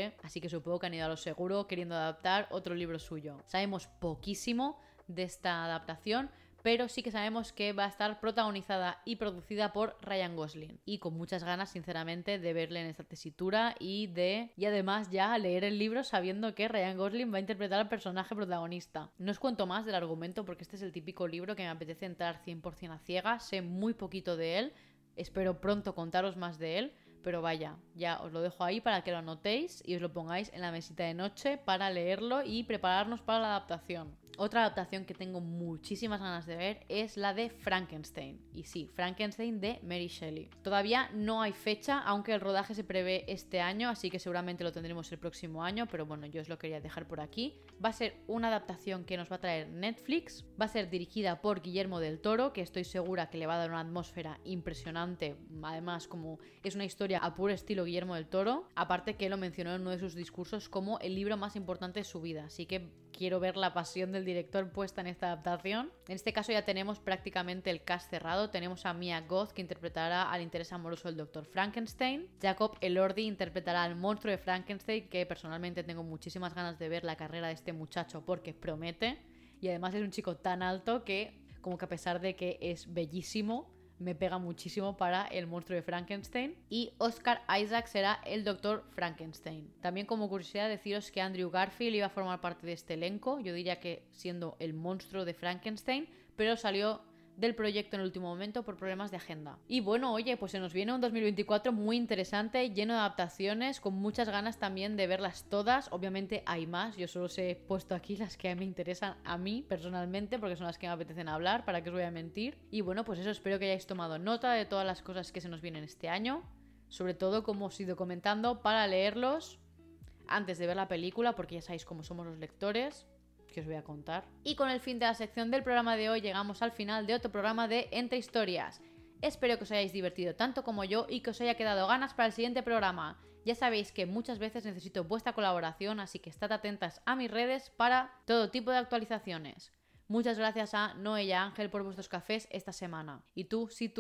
queriendo adaptar otro libro suyo. Sabemos poquísimo de esta adaptación, pero sí que sabemos que va a estar protagonizada y producida por Ryan Gosling. Y con muchas ganas, sinceramente, de verle en esta tesitura y además ya leer el libro sabiendo que Ryan Gosling va a interpretar al personaje protagonista. No os cuento más del argumento porque este es el típico libro que me apetece entrar 100% a ciegas. Sé muy poquito de él. Espero pronto contaros más de él. Pero vaya, ya os lo dejo ahí para que lo anotéis y os lo pongáis en la mesita de noche para leerlo y prepararnos para la adaptación. Otra adaptación que tengo muchísimas ganas de ver es la de Frankenstein. Y sí, Frankenstein de Mary Shelley. Todavía no hay fecha, aunque el rodaje se prevé este año, así que seguramente lo tendremos el próximo año, pero bueno, yo os lo quería dejar por aquí. Va a ser una adaptación que nos va a traer Netflix. Va a ser dirigida por Guillermo del Toro, que estoy segura que le va a dar una atmósfera impresionante. Además, como es una historia a puro estilo Guillermo del Toro, aparte que lo mencionó en uno de sus discursos como el libro más importante de su vida, así que quiero ver la pasión del director puesta en esta adaptación. En este caso ya tenemos prácticamente el cast cerrado. Tenemos a Mia Goth, que interpretará al interés amoroso del Dr. Frankenstein. Jacob Elordi interpretará al monstruo de Frankenstein, que personalmente tengo muchísimas ganas de ver la carrera de este muchacho porque promete. Y además es un chico tan alto que, como que a pesar de que es bellísimo, me pega muchísimo para el monstruo de Frankenstein. Y Oscar Isaac será el Dr. Frankenstein. También como curiosidad deciros que Andrew Garfield iba a formar parte de este elenco, yo diría que siendo el monstruo de Frankenstein, pero salió del proyecto en el último momento por problemas de agenda. Y bueno, oye, pues se nos viene un 2024 muy interesante, lleno de adaptaciones, con muchas ganas también de verlas todas. Obviamente hay más, yo solo os he puesto aquí las que me interesan a mí personalmente, porque son las que me apetecen hablar, para que os voy a mentir. Y bueno, pues eso, espero que hayáis tomado nota de todas las cosas que se nos vienen este año, sobre todo, como os he ido comentando, para leerlos antes de ver la película, porque ya sabéis cómo somos los lectores, que os voy a contar. Y con el fin de la sección del programa de hoy llegamos al final de otro programa de Entre Historias. Espero que os hayáis divertido tanto como yo y que os haya quedado ganas para el siguiente programa. Ya sabéis que muchas veces necesito vuestra colaboración, así que estad atentas a mis redes para todo tipo de actualizaciones. Muchas gracias a Noé y a Ángel por vuestros cafés esta semana. Y tú, sí tú,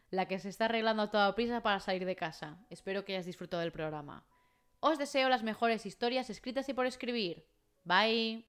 la que se está arreglando a toda prisa para salir de casa. Espero que hayas disfrutado del programa. Os deseo las mejores historias escritas y por escribir. Bye.